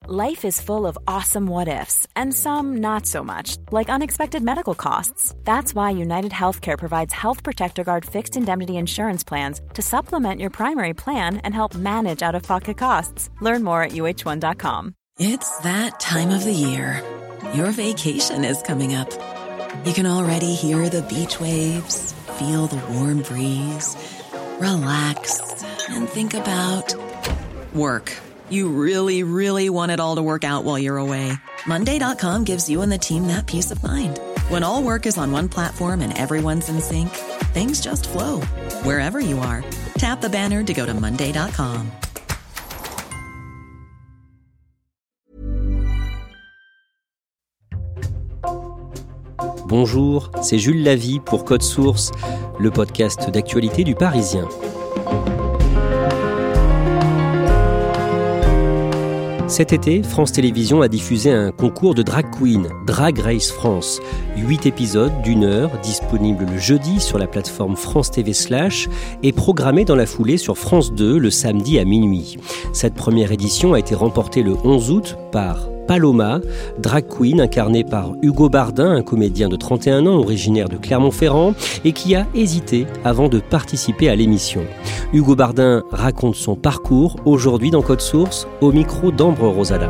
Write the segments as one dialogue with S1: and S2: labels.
S1: Life is full of awesome what-ifs, and some not so much, like unexpected medical costs. That's why United Healthcare provides Health Protector Guard fixed indemnity insurance plans to supplement your primary plan and help manage out-of-pocket costs. Learn more at uh1.com.
S2: It's that time of the year. Your vacation is coming up. You can already hear the beach waves, feel the warm breeze, relax, and think about work. You really, really want it all to work out while you're away. Monday.com gives you and the team that peace of mind. When all work is on one platform and everyone's in sync, things just flow. Wherever you are, tap the banner to go to Monday.com.
S3: Bonjour, c'est Jules Lavie pour Code Source, le podcast d'actualité du Parisien. Cet été, France Télévisions a diffusé un concours de drag queen, Drag Race France. 8 épisodes d'1 heure, disponibles le jeudi sur la plateforme France TV / et programmés dans la foulée sur France 2 le samedi à minuit. Cette première édition a été remportée le 11 août par Paloma, drag queen incarnée par Hugo Bardin, un comédien de 31 ans originaire de Clermont-Ferrand et qui a hésité avant de participer à l'émission. Hugo Bardin raconte son parcours aujourd'hui dans Code Source au micro d'Ambre Rosala.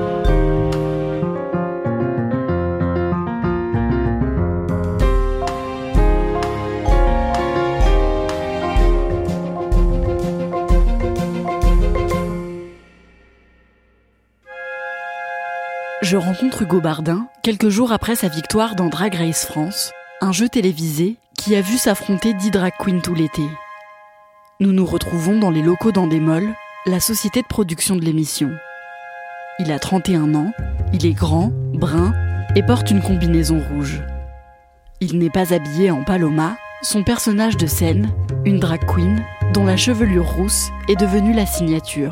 S4: Je rencontre Hugo Bardin quelques jours après sa victoire dans Drag Race France, un jeu télévisé qui a vu s'affronter 10 drag queens tout l'été. Nous nous retrouvons dans les locaux d'Endemol, la société de production de l'émission. Il a 31 ans, il est grand, brun et porte une combinaison rouge. Il n'est pas habillé en Paloma, son personnage de scène, une drag queen dont la chevelure rousse est devenue la signature.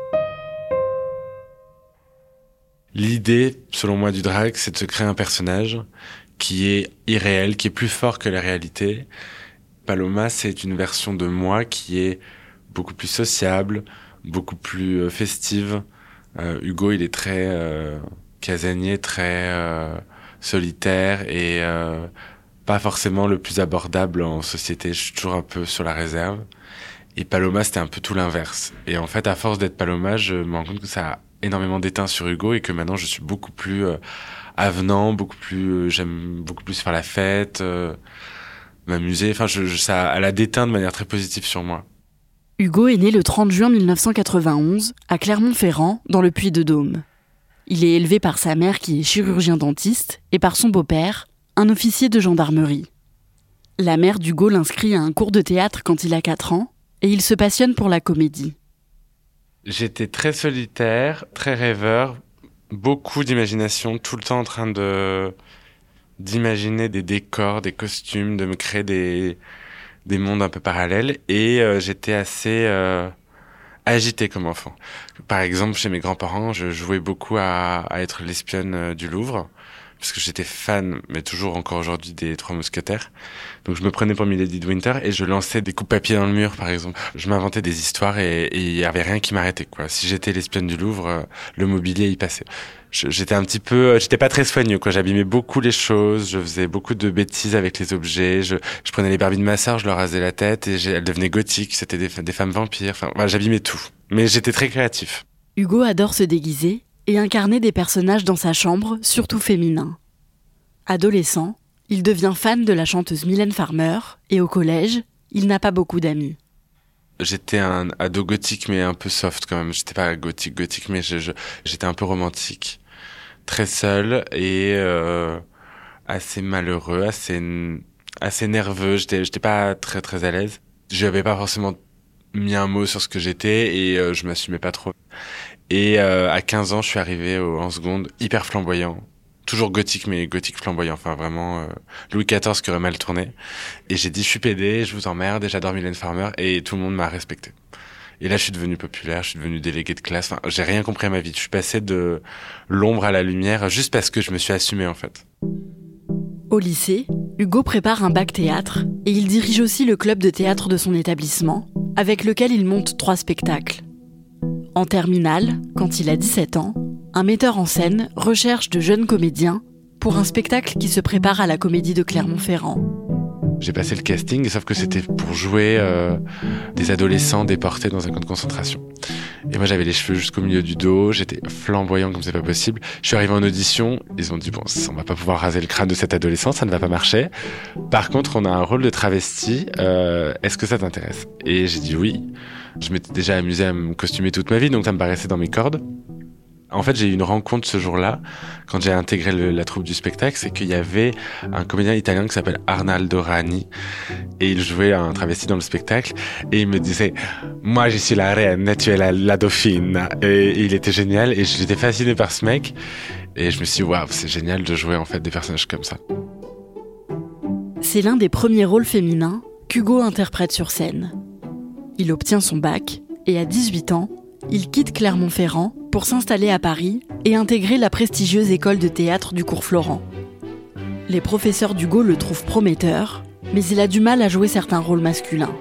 S5: L'idée, selon moi, du drag, c'est de se créer un personnage qui est irréel, qui est plus fort que la réalité. Paloma, c'est une version de moi qui est beaucoup plus sociable, beaucoup plus festive. Hugo, il est très casanier, très solitaire et pas forcément le plus abordable en société. Je suis toujours un peu sur la réserve. Et Paloma, c'était un peu tout l'inverse. Et en fait, à force d'être Paloma, je me rends compte que ça a énormément déteint sur Hugo et que maintenant je suis beaucoup plus avenant, j'aime beaucoup plus faire la fête, m'amuser. Enfin, ça, elle a déteint de manière très positive sur moi.
S4: Hugo est né le 30 juin 1991 à Clermont-Ferrand, dans le Puy-de-Dôme. Il est élevé par sa mère qui est chirurgien-dentiste et par son beau-père, un officier de gendarmerie. La mère d'Hugo l'inscrit à un cours de théâtre quand il a 4 ans et il se passionne pour la comédie.
S5: J'étais très solitaire, très rêveur, beaucoup d'imagination, tout le temps en train d'imaginer des décors, des costumes, de me créer des mondes un peu parallèles. Et j'étais assez agité comme enfant. Par exemple, chez mes grands-parents, je jouais beaucoup à être l'espionne du Louvre, parce que j'étais fan, mais toujours encore aujourd'hui, des Trois Mousquetaires. Donc je me prenais pour Milady de Winter et je lançais des coups de papier dans le mur, par exemple. Je m'inventais des histoires et il y avait rien qui m'arrêtait, quoi. Si j'étais l'espionne du Louvre, le mobilier y passait. J'étais pas très soigneux, quoi. J'abîmais beaucoup les choses, je faisais beaucoup de bêtises avec les objets. Je prenais les Barbies de ma sœur, je leur rasais la tête et elles devenaient gothiques. C'était des femmes vampires. Enfin, voilà, j'abîmais tout. Mais j'étais très créatif.
S4: Hugo adore se déguiser et incarner des personnages dans sa chambre, surtout féminins. Adolescent, il devient fan de la chanteuse Mylène Farmer et au collège, il n'a pas beaucoup d'amis.
S5: J'étais un ado gothique mais un peu soft quand même. J'étais pas gothique mais j'étais un peu romantique. Très seul et assez malheureux, assez nerveux. J'étais pas très très à l'aise. Je n'avais pas forcément mis un mot sur ce que j'étais et je m'assumais pas trop. Et à 15 ans, je suis arrivé en seconde, hyper flamboyant. Toujours gothique, mais gothique flamboyant. Enfin, vraiment, Louis XIV qui aurait mal tourné. Et j'ai dit, je suis pédé, je vous emmerde, et j'adore Mylène Farmer. Et tout le monde m'a respecté. Et là, je suis devenu populaire, je suis devenu délégué de classe. Enfin, j'ai rien compris à ma vie. Je suis passé de l'ombre à la lumière juste parce que je me suis assumé, en fait.
S4: Au lycée, Hugo prépare un bac théâtre et il dirige aussi le club de théâtre de son établissement, avec lequel il monte 3 spectacles. En terminale, quand il a 17 ans, un metteur en scène recherche de jeunes comédiens pour un spectacle qui se prépare à la Comédie de Clermont-Ferrand.
S5: J'ai passé le casting, sauf que c'était pour jouer des adolescents déportés dans un camp de concentration. Et moi, j'avais les cheveux jusqu'au milieu du dos, j'étais flamboyant comme c'est pas possible. Je suis arrivé en audition, ils ont dit, bon, on va pas pouvoir raser le crâne de cet adolescent, ça ne va pas marcher. Par contre, on a un rôle de travesti, est-ce que ça t'intéresse ? Et j'ai dit oui. Je m'étais déjà amusé à me costumer toute ma vie, donc ça me paraissait dans mes cordes. En fait, j'ai eu une rencontre ce jour-là, quand j'ai intégré la troupe du spectacle, c'est qu'il y avait un comédien italien qui s'appelle Arnaldo Rani, et il jouait un travesti dans le spectacle, et il me disait « Moi, je suis la reine, tu es la dauphine ». Et il était génial, et j'étais fasciné par ce mec, et je me suis dit « Waouh, c'est génial de jouer en fait des personnages comme ça ».
S4: C'est l'un des premiers rôles féminins qu'Hugo interprète sur scène. Il obtient son bac, et à 18 ans, il quitte Clermont-Ferrand pour s'installer à Paris et intégrer la prestigieuse école de théâtre du Cours Florent. Les professeurs d'Hugo le trouvent prometteur, mais il a du mal à jouer certains rôles masculins.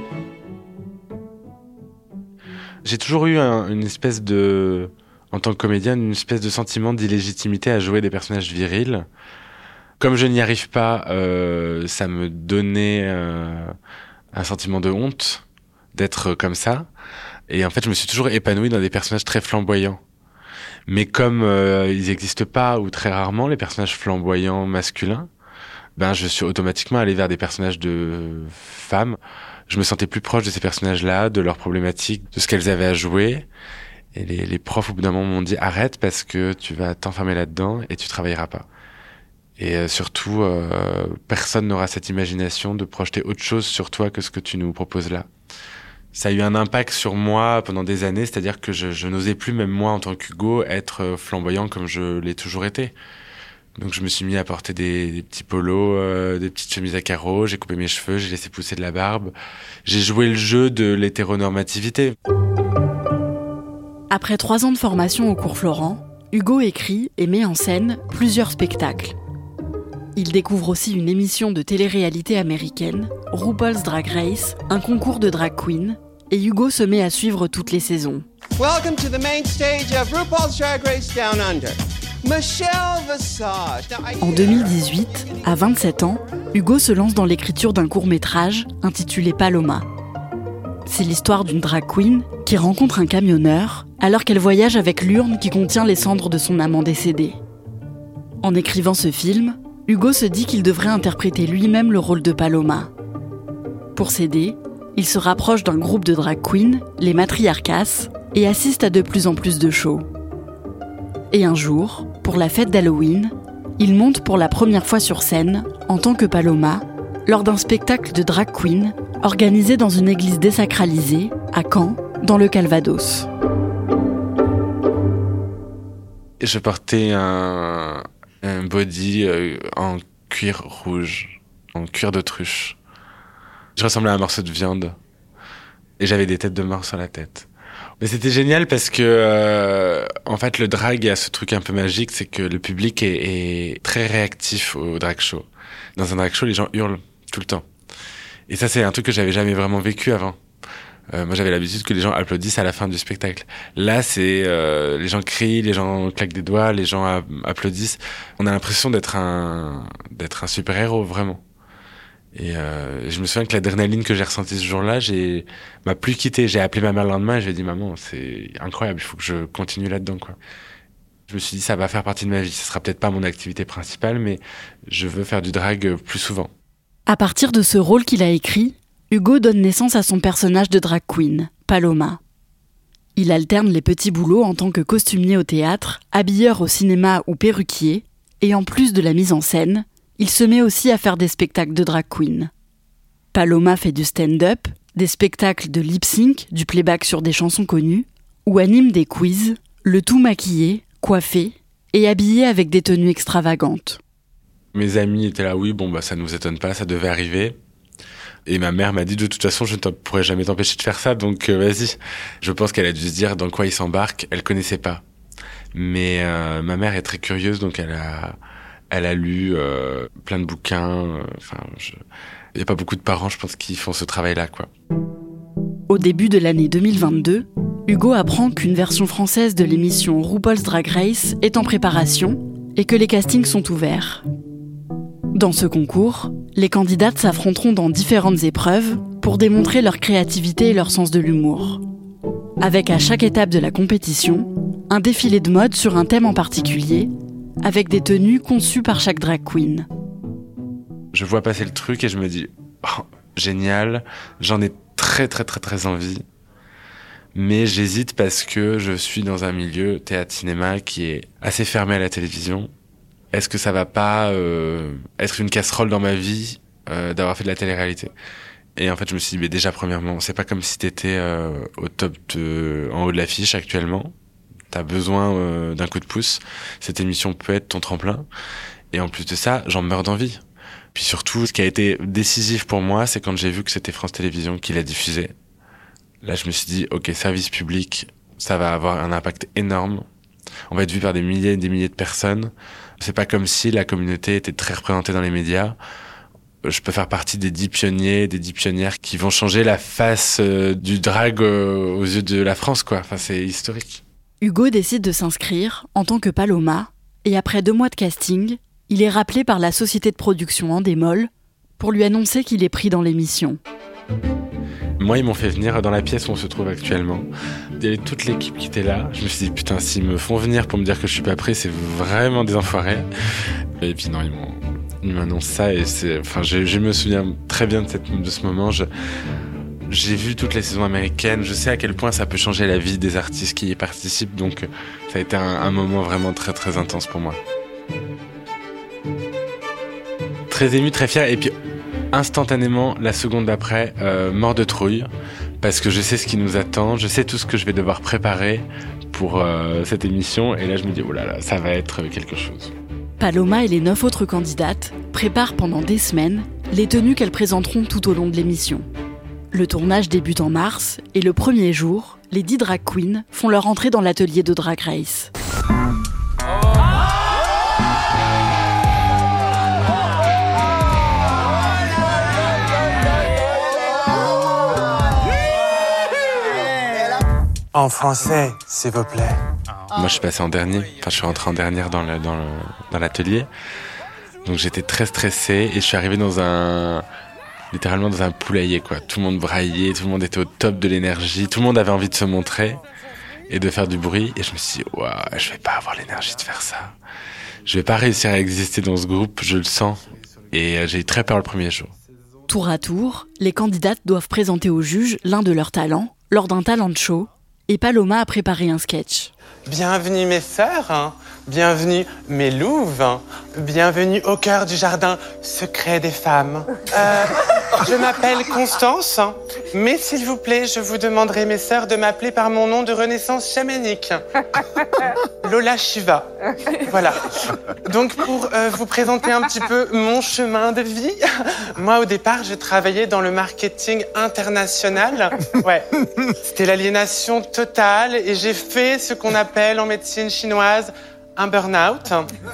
S5: J'ai toujours eu une espèce de, en tant que comédien, une espèce de sentiment d'illégitimité à jouer des personnages virils. Comme je n'y arrive pas, ça me donnait un sentiment de honte d'être comme ça. Et en fait, je me suis toujours épanoui dans des personnages très flamboyants. Mais comme ils n'existent pas, ou très rarement, les personnages flamboyants masculins, je suis automatiquement allé vers des personnages de femmes. Je me sentais plus proche de ces personnages-là, de leurs problématiques, de ce qu'elles avaient à jouer. Et les profs, au bout d'un moment, m'ont dit « Arrête, parce que tu vas t'enfermer là-dedans et tu travailleras pas ». Et surtout, personne n'aura cette imagination de projeter autre chose sur toi que ce que tu nous proposes là. Ça a eu un impact sur moi pendant des années, c'est-à-dire que je n'osais plus, même moi en tant qu'Hugo, être flamboyant comme je l'ai toujours été. Donc je me suis mis à porter des petits polos, des petites chemises à carreaux, j'ai coupé mes cheveux, j'ai laissé pousser de la barbe. J'ai joué le jeu de l'hétéronormativité.
S4: Après 3 ans de formation au Cours Florent, Hugo écrit et met en scène plusieurs spectacles. Il découvre aussi une émission de télé-réalité américaine, RuPaul's Drag Race, un concours de drag queen, et Hugo se met à suivre toutes les saisons.
S6: Welcome to the main stage of RuPaul's Drag Race Down Under. Michelle Visage.
S4: En 2018, à 27 ans, Hugo se lance dans l'écriture d'un court-métrage intitulé Paloma. C'est l'histoire d'une drag queen qui rencontre un camionneur alors qu'elle voyage avec l'urne qui contient les cendres de son amant décédé. En écrivant ce film, Hugo se dit qu'il devrait interpréter lui-même le rôle de Paloma. Pour s'aider, il se rapproche d'un groupe de drag queens, les Matriarcas, et assiste à de plus en plus de shows. Et un jour, pour la fête d'Halloween, il monte pour la première fois sur scène, en tant que Paloma, lors d'un spectacle de drag queen organisé dans une église désacralisée, à Caen, dans le Calvados.
S5: Je portais un body en cuir rouge, en cuir d'autruche. Je ressemblais à un morceau de viande. Et j'avais des têtes de mort sur la tête. Mais c'était génial parce que, en fait, le drag a ce truc un peu magique, c'est que le public est très réactif au drag show. Dans un drag show, les gens hurlent tout le temps. Et ça, c'est un truc que j'avais jamais vraiment vécu avant. Moi, j'avais l'habitude que les gens applaudissent à la fin du spectacle. Là, c'est les gens crient, les gens claquent des doigts, les gens applaudissent. On a l'impression d'être un super-héros, vraiment. Et je me souviens que l'adrénaline que j'ai ressentie ce jour-là, m'a plus quitté. J'ai appelé ma mère le lendemain et je lui ai dit « Maman, c'est incroyable, il faut que je continue là-dedans, quoi ». Je me suis dit « Ça va faire partie de ma vie. Ce sera peut-être pas mon activité principale, mais je veux faire du drag plus souvent ».
S4: À partir de ce rôle qu'il a écrit, Hugo donne naissance à son personnage de drag queen, Paloma. Il alterne les petits boulots en tant que costumier au théâtre, habilleur au cinéma ou perruquier, et en plus de la mise en scène, il se met aussi à faire des spectacles de drag queen. Paloma fait du stand-up, des spectacles de lip-sync, du playback sur des chansons connues, ou anime des quiz, le tout maquillé, coiffé et habillé avec des tenues extravagantes.
S5: Mes amis étaient là, oui, ça nous étonne pas, ça devait arriver. Et ma mère m'a dit, de toute façon, je ne pourrais jamais t'empêcher de faire ça, donc vas-y. Je pense qu'elle a dû se dire dans quoi il s'embarque, elle connaissait pas. Mais ma mère est très curieuse, donc elle a lu plein de bouquins. Il y a pas beaucoup de parents, je pense, qui font ce travail-là, quoi.
S4: Au début de l'année 2022, Hugo apprend qu'une version française de l'émission RuPaul's Drag Race est en préparation et que les castings sont ouverts. Dans ce concours, les candidates s'affronteront dans différentes épreuves pour démontrer leur créativité et leur sens de l'humour. Avec à chaque étape de la compétition, un défilé de mode sur un thème en particulier, avec des tenues conçues par chaque drag queen.
S5: Je vois passer le truc et je me dis oh, génial, j'en ai très très très très envie. Mais j'hésite parce que je suis dans un milieu théâtre-cinéma qui est assez fermé à la télévision. Est-ce que ça va pas être une casserole dans ma vie d'avoir fait de la télé-réalité ? Et en fait, je me suis dit, mais déjà, premièrement, c'est pas comme si t'étais au top en haut de l'affiche actuellement. T'as besoin d'un coup de pouce. Cette émission peut être ton tremplin. Et en plus de ça, j'en meurs d'envie. Puis surtout, ce qui a été décisif pour moi, c'est quand j'ai vu que c'était France Télévisions qui l'a diffusé. Là, je me suis dit, ok, service public, ça va avoir un impact énorme. On va être vu par des milliers et des milliers de personnes. C'est pas comme si la communauté était très représentée dans les médias. Je peux faire partie des 10 pionniers, des 10 pionnières qui vont changer la face du drag aux yeux de la France, quoi. Enfin, c'est historique.
S4: Hugo décide de s'inscrire en tant que Paloma, et après 2 mois de casting, il est rappelé par la société de production Endemol pour lui annoncer qu'il est pris dans l'émission.
S5: Moi, ils m'ont fait venir dans la pièce où on se trouve actuellement. Il y avait toute l'équipe qui était là. Je me suis dit, putain, s'ils me font venir pour me dire que je suis pas prêt, c'est vraiment des enfoirés. Et puis non, ils m'annoncent ça et je me souviens très bien de ce moment. J'ai vu toutes les saisons américaines. Je sais à quel point ça peut changer la vie des artistes qui y participent. Donc, ça a été un moment vraiment très, très intense pour moi. Très ému, très fier. Et puis, instantanément, la seconde d'après, mort de trouille, parce que je sais ce qui nous attend, je sais tout ce que je vais devoir préparer pour cette émission, et là je me dis, oh là là, ça va être quelque chose.
S4: Paloma et les 9 autres candidates préparent pendant des semaines les tenues qu'elles présenteront tout au long de l'émission. Le tournage débute en mars, et le premier jour, les 10 drag queens font leur entrée dans l'atelier de Drag Race.
S7: En français, s'il vous plaît.
S5: Moi, je suis passé en dernier. Enfin, je suis rentré en dernière dans l'atelier. Donc, j'étais très stressé et je suis arrivé littéralement dans un poulailler, quoi. Tout le monde braillait, tout le monde était au top de l'énergie, tout le monde avait envie de se montrer et de faire du bruit. Et je me suis dit, waouh, je vais pas avoir l'énergie de faire ça. Je vais pas réussir à exister dans ce groupe, je le sens. Et j'ai eu très peur le premier jour.
S4: Tour à tour, les candidates doivent présenter aux juges l'un de leurs talents lors d'un talent show. Et Paloma a préparé un sketch.
S7: Bienvenue mes sœurs, bienvenue mes louves, bienvenue au cœur du jardin secret des femmes. Je m'appelle Constance, mais s'il vous plaît, je vous demanderai mes sœurs de m'appeler par mon nom de renaissance chamanique. Lola Shiva. Voilà. Donc pour vous présenter un petit peu mon chemin de vie, moi au départ, je travaillais dans le marketing international. Ouais. C'était l'aliénation totale et j'ai fait ce qu'on appelle en médecine chinoise un burn-out.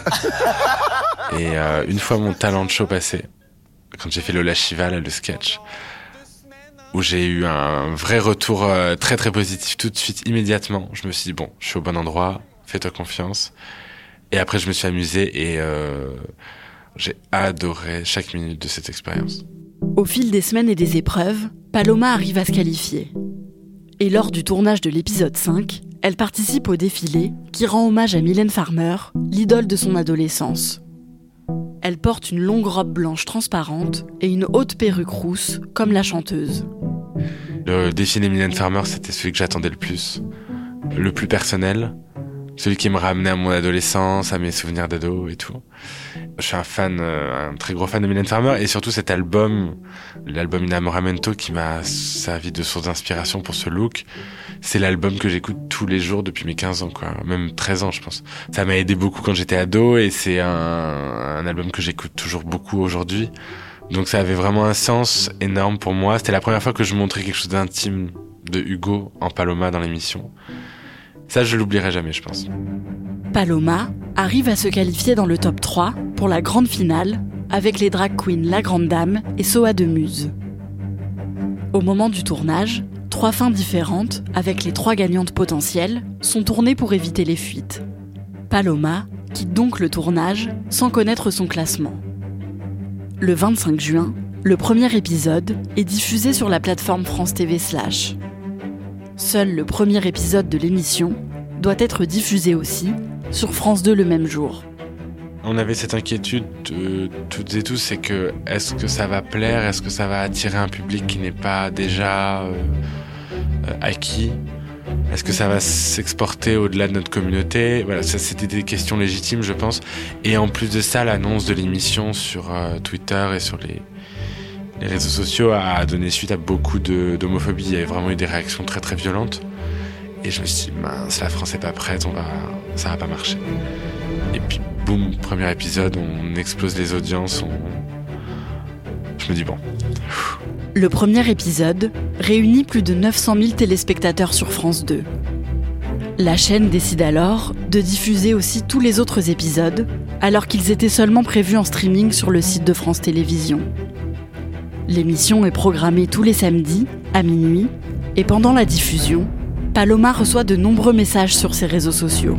S5: Et une fois mon talent show passé, quand j'ai fait Lola Shiva, là, le sketch, où j'ai eu un vrai retour très très positif tout de suite, immédiatement, je me suis dit, bon, je suis au bon endroit, fais-toi confiance. Et après, je me suis amusé et j'ai adoré chaque minute de cette expérience.
S4: Au fil des semaines et des épreuves, Paloma arrive à se qualifier. Et lors du tournage de l'épisode 5, elle participe au défilé qui rend hommage à Mylène Farmer, l'idole de son adolescence. Elle porte une longue robe blanche transparente et une haute perruque rousse, comme la chanteuse.
S5: Le défilé Mylène Farmer, c'était celui que j'attendais le plus personnel, celui qui me ramenait à mon adolescence, à mes souvenirs d'ado et tout. Je suis un très gros fan de Mylène Farmer et surtout cet album, l'album Innamoramento qui m'a servi de source d'inspiration pour ce look. C'est l'album que j'écoute tous les jours depuis mes 15 ans, quoi. Même 13 ans, je pense. Ça m'a aidé beaucoup quand j'étais ado et c'est un album que j'écoute toujours beaucoup aujourd'hui. Donc ça avait vraiment un sens énorme pour moi. C'était la première fois que je montrais quelque chose d'intime de Hugo en Paloma dans l'émission. Ça, je l'oublierai jamais, je pense.
S4: Paloma arrive à se qualifier dans le top 3 pour la grande finale avec les drag queens La Grande Dame et Soa de Muse. Au moment du tournage, 3 fins différentes, avec les 3 gagnantes potentielles, sont tournées pour éviter les fuites. Paloma quitte donc le tournage sans connaître son classement. Le 25 juin, le premier épisode est diffusé sur la plateforme France TV /. Seul le premier épisode de l'émission doit être diffusé aussi sur France 2 le même jour.
S5: On avait cette inquiétude toutes et tous, c'est que est-ce que ça va plaire, est-ce que ça va attirer un public qui n'est pas déjà acquis, est-ce que ça va s'exporter au-delà de notre communauté. Voilà, ça c'était des questions légitimes, je pense. Et en plus de ça, l'annonce de l'émission sur Twitter et sur les réseaux sociaux a donné suite à beaucoup d'homophobie. Il y avait vraiment eu des réactions très très violentes. Et je me suis dit, mince, la France n'est pas prête, ça va pas marcher. Et puis boum, premier épisode, on explose les audiences. Je me dis bon.
S4: Le premier épisode réunit plus de 900 000 téléspectateurs sur France 2. La chaîne décide alors de diffuser aussi tous les autres épisodes, alors qu'ils étaient seulement prévus en streaming sur le site de France Télévisions. L'émission est programmée tous les samedis, à minuit, et pendant la diffusion, Paloma reçoit de nombreux messages sur ses réseaux sociaux.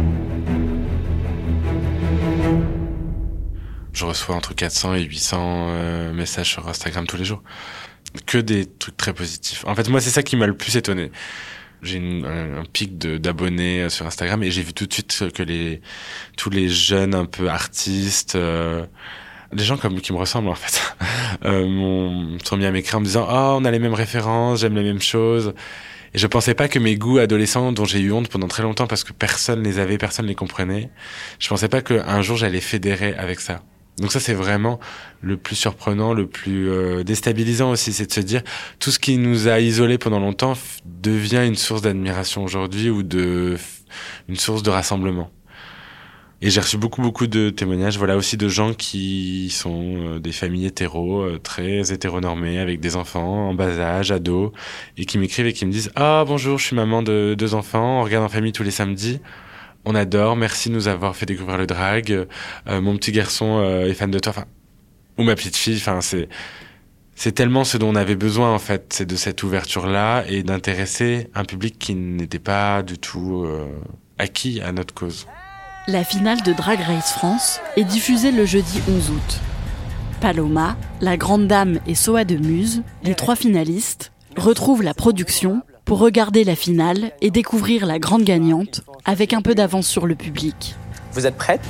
S5: Je reçois entre 400 et 800 messages sur Instagram tous les jours. Que des trucs très positifs. En fait, moi, c'est ça qui m'a le plus étonné. J'ai un pic d'abonnés sur Instagram et j'ai vu tout de suite que tous les jeunes un peu artistes, des gens qui me ressemblent en fait, sont mis à m'écrire en me disant « Oh, on a les mêmes références, j'aime les mêmes choses ». Et je pensais pas que mes goûts adolescents, dont j'ai eu honte pendant très longtemps parce que personne les comprenait, je pensais pas qu'un jour j'allais fédérer avec ça. Donc ça, c'est vraiment le plus surprenant, le plus déstabilisant aussi, c'est de se dire tout ce qui nous a isolés pendant longtemps devient une source d'admiration aujourd'hui ou une source de rassemblement. Et j'ai reçu beaucoup de témoignages, voilà, aussi de gens qui sont des familles très hétéronormées, avec des enfants en bas âge, ados, et qui m'écrivent et qui me disent « Ah, bonjour, je suis maman de 2 enfants, on regarde en famille tous les samedis. On adore, merci de nous avoir fait découvrir le drag. Mon petit garçon est fan de toi. » Ou ma petite fille. C'est tellement ce dont on avait besoin, en fait. C'est de cette ouverture-là et d'intéresser un public qui n'était pas du tout acquis à notre cause.
S4: La finale de Drag Race France est diffusée le jeudi 11 août. Paloma, La Grande Dame et Soa de Muse, les 3 finalistes, retrouvent la production pour regarder la finale et découvrir la grande gagnante avec un peu d'avance sur le public.
S8: Vous êtes prêtes ?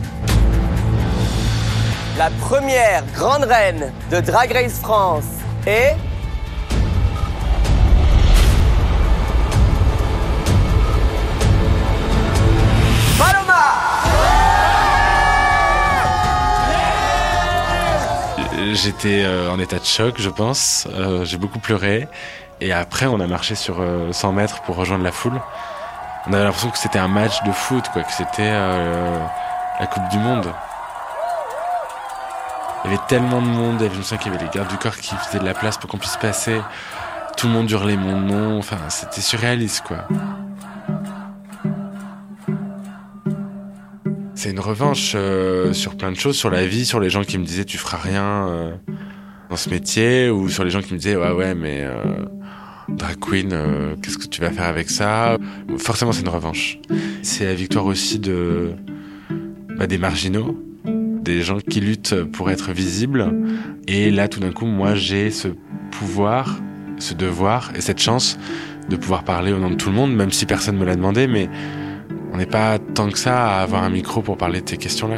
S8: La première grande reine de Drag Race France est... Paloma !
S5: J'étais en état de choc, je pense. J'ai beaucoup pleuré. Et après, on a marché sur 100 mètres pour rejoindre la foule. On avait l'impression que c'était un match de foot, quoi, que c'était la Coupe du Monde. Il y avait tellement de monde, je me souviens qu'il y avait les gardes du corps qui faisaient de la place pour qu'on puisse passer. Tout le monde hurlait mon nom, enfin, c'était surréaliste, quoi. C'est une revanche sur plein de choses, sur la vie, sur les gens qui me disaient tu feras rien dans ce métier, ou sur les gens qui me disaient ouais mais drag queen, qu'est-ce que tu vas faire avec ça? Forcément c'est une revanche. C'est la victoire aussi des marginaux, des gens qui luttent pour être visibles. Et là tout d'un coup moi j'ai ce pouvoir, ce devoir et cette chance de pouvoir parler au nom de tout le monde, même si personne me l'a demandé, mais on n'est pas tant que ça à avoir un micro pour parler de ces questions-là.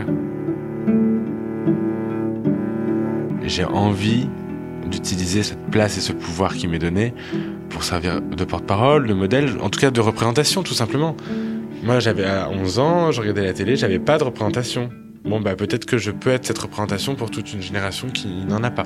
S5: J'ai envie d'utiliser cette place et ce pouvoir qui m'est donné pour servir de porte-parole, de modèle, en tout cas de représentation, tout simplement. Moi, j'avais 11 ans, je regardais la télé, j'avais pas de représentation. Bon, peut-être que je peux être cette représentation pour toute une génération qui n'en a pas.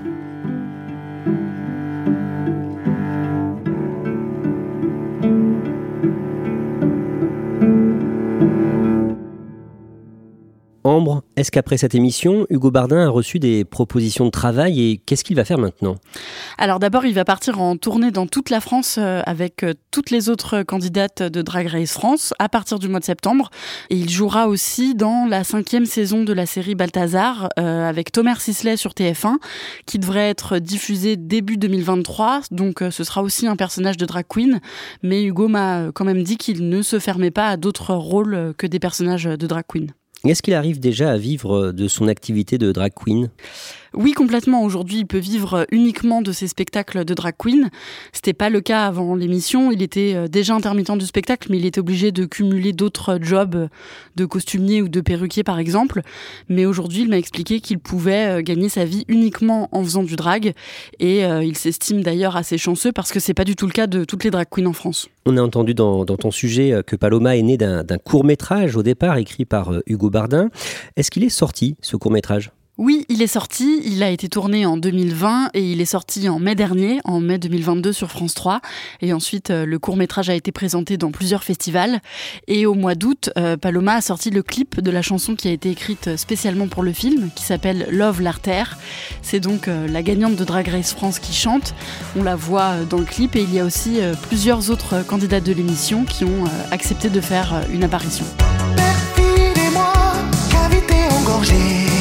S3: En Ambre, est-ce qu'après cette émission, Hugo Bardin a reçu des propositions de travail et qu'est-ce qu'il va faire maintenant ?
S4: Alors d'abord, il va partir en tournée dans toute la France avec toutes les autres candidates de Drag Race France à partir du mois de septembre. Et il jouera aussi dans la 5e saison de la série Balthazar avec Thomas Sisley sur TF1 qui devrait être diffusée début 2023. Donc ce sera aussi un personnage de drag queen. Mais Hugo m'a quand même dit qu'il ne se fermait pas à d'autres rôles que des personnages de drag queen.
S3: Est-ce qu'il arrive déjà à vivre de son activité de drag queen ?
S4: Oui, complètement. Aujourd'hui, il peut vivre uniquement de ses spectacles de drag queen. C'était pas le cas avant l'émission. Il était déjà intermittent du spectacle, mais il était obligé de cumuler d'autres jobs de costumier ou de perruquier, par exemple. Mais aujourd'hui, il m'a expliqué qu'il pouvait gagner sa vie uniquement en faisant du drag. Et il s'estime d'ailleurs assez chanceux parce que c'est pas du tout le cas de toutes les drag queens en France.
S3: On a entendu dans ton sujet que Paloma est né d'un court-métrage au départ écrit par Hugo Bardin. Est-ce qu'il est sorti, ce court-métrage ?
S4: Oui, il est sorti, il a été tourné en 2020 et il est sorti en mai dernier, en mai 2022 sur France 3. Et ensuite, le court-métrage a été présenté dans plusieurs festivals. Et au mois d'août, Paloma a sorti le clip de la chanson qui a été écrite spécialement pour le film, qui s'appelle Love l'Artère. C'est donc la gagnante de Drag Race France qui chante. On la voit dans le clip et il y a aussi plusieurs autres candidates de l'émission qui ont accepté de faire une apparition.
S9: Perfidez-moi, cavité engorgée.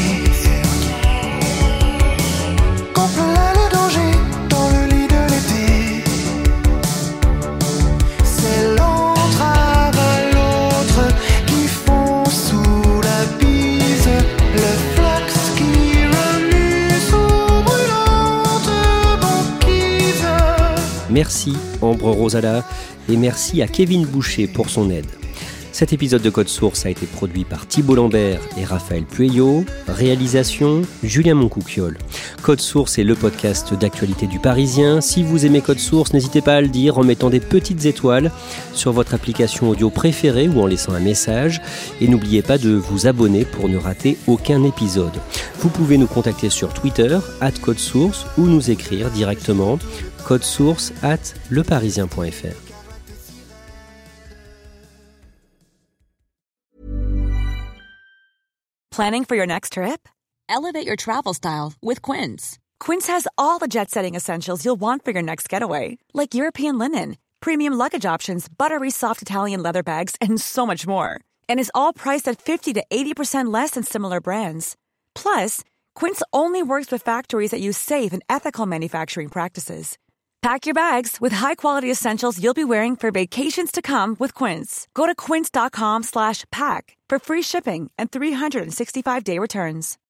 S3: Merci Ambre Rosala et merci à Kevin Boucher pour son aide. Cet épisode de Code Source a été produit par Thibault Lambert et Raphaël Pueyo. Réalisation, Julien Moncouquiol. Code Source est le podcast d'actualité du Parisien. Si vous aimez Code Source, n'hésitez pas à le dire en mettant des petites étoiles sur votre application audio préférée ou en laissant un message. Et n'oubliez pas de vous abonner pour ne rater aucun épisode. Vous pouvez nous contacter sur Twitter @codesource ou nous écrire directement codesource@leparisien.fr.
S10: Planning for your next trip? Elevate your travel style with Quince. Quince has all the jet-setting essentials you'll want for your next getaway, like European linen, premium luggage options, buttery soft Italian leather bags, and so much more. And is all priced at 50 to 80% less than similar brands. Plus, Quince only works with factories that use safe and ethical manufacturing practices. Pack your bags with high-quality essentials you'll be wearing for vacations to come with Quince. Go to quince.com/pack for free shipping and 365-day returns.